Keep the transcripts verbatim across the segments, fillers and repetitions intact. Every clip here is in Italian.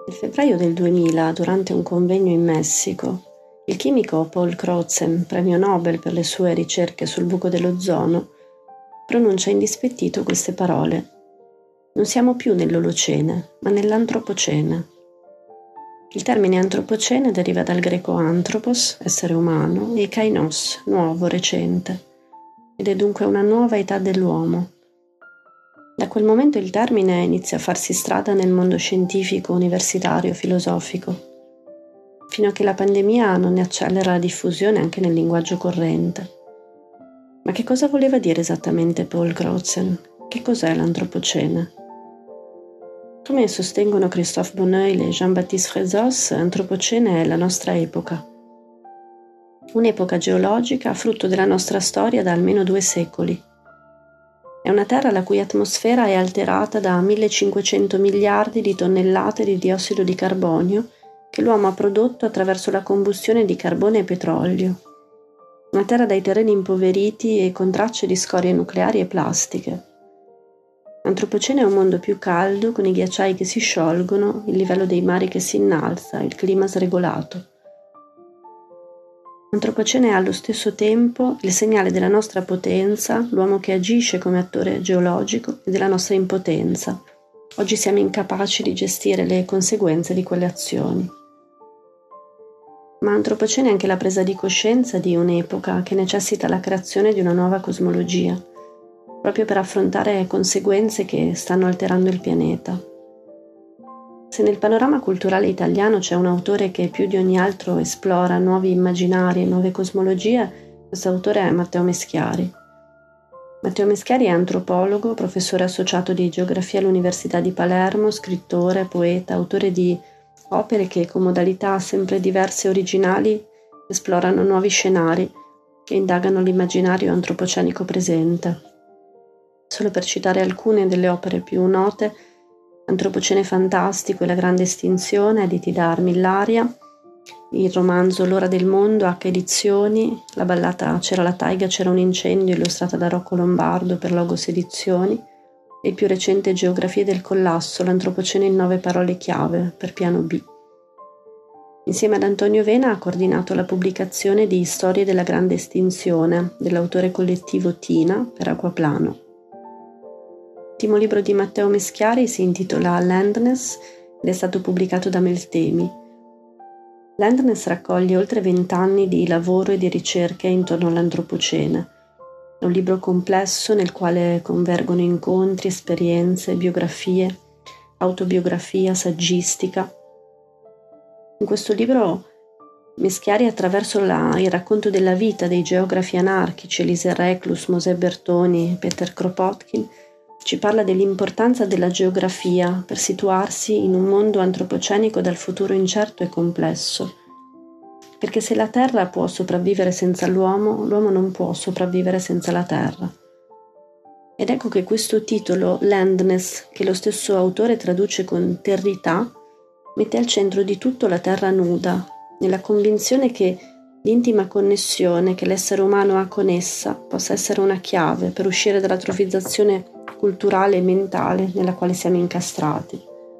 Nel febbraio del duemila, durante un convegno in Messico, il chimico Paul Crutzen, premio Nobel per le sue ricerche sul buco dell'ozono, pronuncia indispettito queste parole: non siamo più nell'Olocene, ma nell'Antropocene. Il termine Antropocene deriva dal greco anthropos, essere umano, e kainos, nuovo, recente, ed è dunque una nuova età dell'uomo. Da quel momento il termine inizia a farsi strada nel mondo scientifico, universitario, filosofico, fino a che la pandemia non ne accelera la diffusione anche nel linguaggio corrente. Ma che cosa voleva dire esattamente Paul Crutzen? Che cos'è l'Antropocene? Come sostengono Christophe Bonneuil e Jean-Baptiste Frezos, Antropocene è la nostra epoca. Un'epoca geologica frutto della nostra storia da almeno due secoli. È una Terra la cui atmosfera è alterata da millecinquecento miliardi di tonnellate di diossido di carbonio che l'uomo ha prodotto attraverso la combustione di carbone e petrolio. Una Terra dai terreni impoveriti e con tracce di scorie nucleari e plastiche. L'Antropocene è un mondo più caldo, con i ghiacciai che si sciolgono, il livello dei mari che si innalza, il clima sregolato. L'Antropocene è allo stesso tempo il segnale della nostra potenza, l'uomo che agisce come attore geologico, e della nostra impotenza. Oggi siamo incapaci di gestire le conseguenze di quelle azioni. Ma Antropocene è anche la presa di coscienza di un'epoca che necessita la creazione di una nuova cosmologia, proprio per affrontare conseguenze che stanno alterando il pianeta. Se nel panorama culturale italiano c'è un autore che più di ogni altro esplora nuovi immaginari e nuove cosmologie, questo autore è Matteo Meschiari. Matteo Meschiari è antropologo, professore associato di geografia all'Università di Palermo, scrittore, poeta, autore di opere che con modalità sempre diverse e originali esplorano nuovi scenari che indagano l'immaginario antropocenico presente. Solo per citare alcune delle opere più note: Antropocene fantastico e la grande estinzione, editi da Armillaria, il romanzo L'ora del mondo, H edizioni, la ballata C'era la taiga, c'era un incendio, illustrata da Rocco Lombardo per Logos edizioni, e il più recente Geografie del collasso, l'Antropocene in nove parole chiave, per piano B. Insieme ad Antonio Vena ha coordinato la pubblicazione di Storie della grande estinzione, dell'autore collettivo Tina, per Acquaplano. L'ultimo libro di Matteo Meschiari si intitola Landness ed è stato pubblicato da Meltemi. Landness raccoglie oltre vent'anni di lavoro e di ricerche intorno all'Antropocene. È un libro complesso nel quale convergono incontri, esperienze, biografie, autobiografia, saggistica. In questo libro Meschiari, attraverso la, il racconto della vita dei geografi anarchici Elise Reclus, Mosè Bertoni, Peter Kropotkin, ci parla dell'importanza della geografia per situarsi in un mondo antropocenico dal futuro incerto e complesso. Perché se la Terra può sopravvivere senza l'uomo, l'uomo non può sopravvivere senza la Terra. Ed ecco che questo titolo, Landness, che lo stesso autore traduce con territà, mette al centro di tutto la terra nuda, nella convinzione che l'intima connessione che l'essere umano ha con essa possa essere una chiave per uscire dall'atrofizzazione culturale e mentale nella quale siamo incastrati.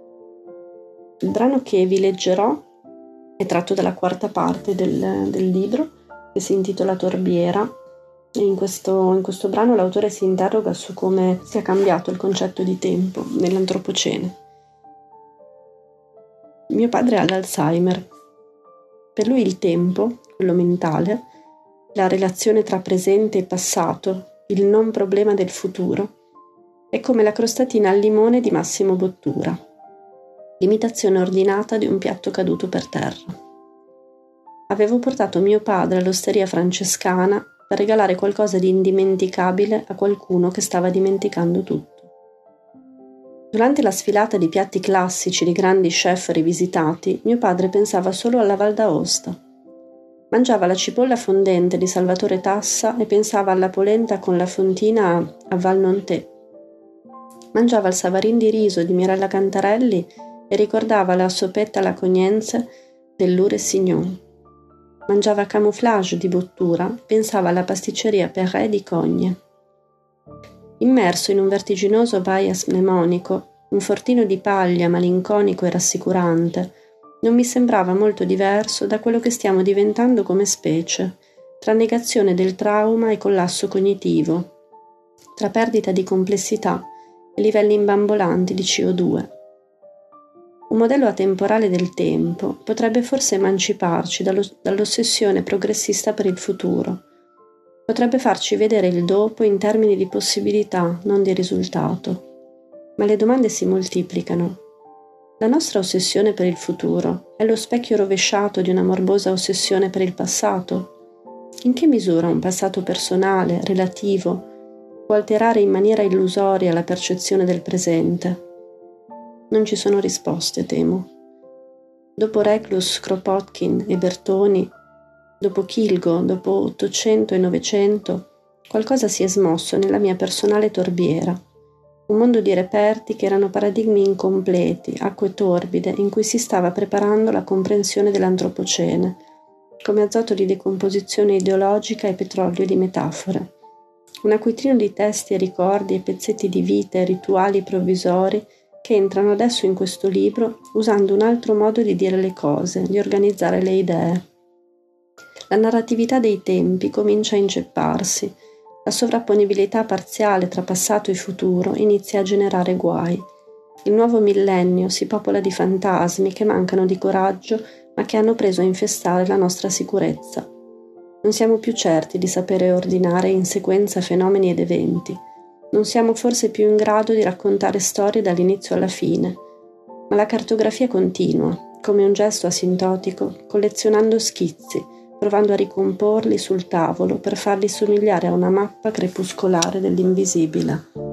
Il brano che vi leggerò è tratto dalla quarta parte del, del libro, che si intitola Torbiera, e in questo, in questo brano l'autore si interroga su come sia cambiato il concetto di tempo nell'Antropocene. Mio padre ha l'Alzheimer. Per lui il tempo, quello mentale, la relazione tra presente e passato, il non problema del futuro, è come la crostatina al limone di Massimo Bottura, l'imitazione ordinata di un piatto caduto per terra. Avevo portato mio padre all'osteria francescana per regalare qualcosa di indimenticabile a qualcuno che stava dimenticando tutto. Durante la sfilata di piatti classici di grandi chef rivisitati, mio padre pensava solo alla Val d'Aosta. Mangiava la cipolla fondente di Salvatore Tassa e pensava alla polenta con la fontina a Val Nontè. Mangiava il savarin di riso di Mirella Cantarelli e ricordava la soppetta alla cognenze dell'Ure Signon. Mangiava camouflage di Bottura, pensava alla pasticceria Perret di Cogne. Immerso in un vertiginoso bias mnemonico, un fortino di paglia malinconico e rassicurante, non mi sembrava molto diverso da quello che stiamo diventando come specie, tra negazione del trauma e collasso cognitivo, tra perdita di complessità e livelli imbambolanti di C O due. Un modello atemporale del tempo potrebbe forse emanciparci dallo, dall'ossessione progressista per il futuro. Potrebbe farci vedere il dopo in termini di possibilità, non di risultato. Ma le domande si moltiplicano. La nostra ossessione per il futuro è lo specchio rovesciato di una morbosa ossessione per il passato? In che misura un passato personale, relativo, può alterare in maniera illusoria la percezione del presente? Non ci sono risposte, temo. Dopo Reclus, Kropotkin e Bertoni, dopo Kilgo, dopo Ottocento e Novecento, qualcosa si è smosso nella mia personale torbiera. Un mondo di reperti che erano paradigmi incompleti, acque torbide, in cui si stava preparando la comprensione dell'antropocene, come azoto di decomposizione ideologica e petrolio di metafore. Un acquitrino di testi e ricordi e pezzetti di vita e rituali provvisori che entrano adesso in questo libro usando un altro modo di dire le cose, di organizzare le idee. La narratività dei tempi comincia a incepparsi. La sovrapponibilità parziale tra passato e futuro inizia a generare guai. Il nuovo millennio si popola di fantasmi che mancano di coraggio ma che hanno preso a infestare la nostra sicurezza. Non siamo più certi di sapere ordinare in sequenza fenomeni ed eventi. Non siamo forse più in grado di raccontare storie dall'inizio alla fine. Ma la cartografia continua, come un gesto asintotico, collezionando schizzi, provando a ricomporli sul tavolo per farli somigliare a una mappa crepuscolare dell'invisibile.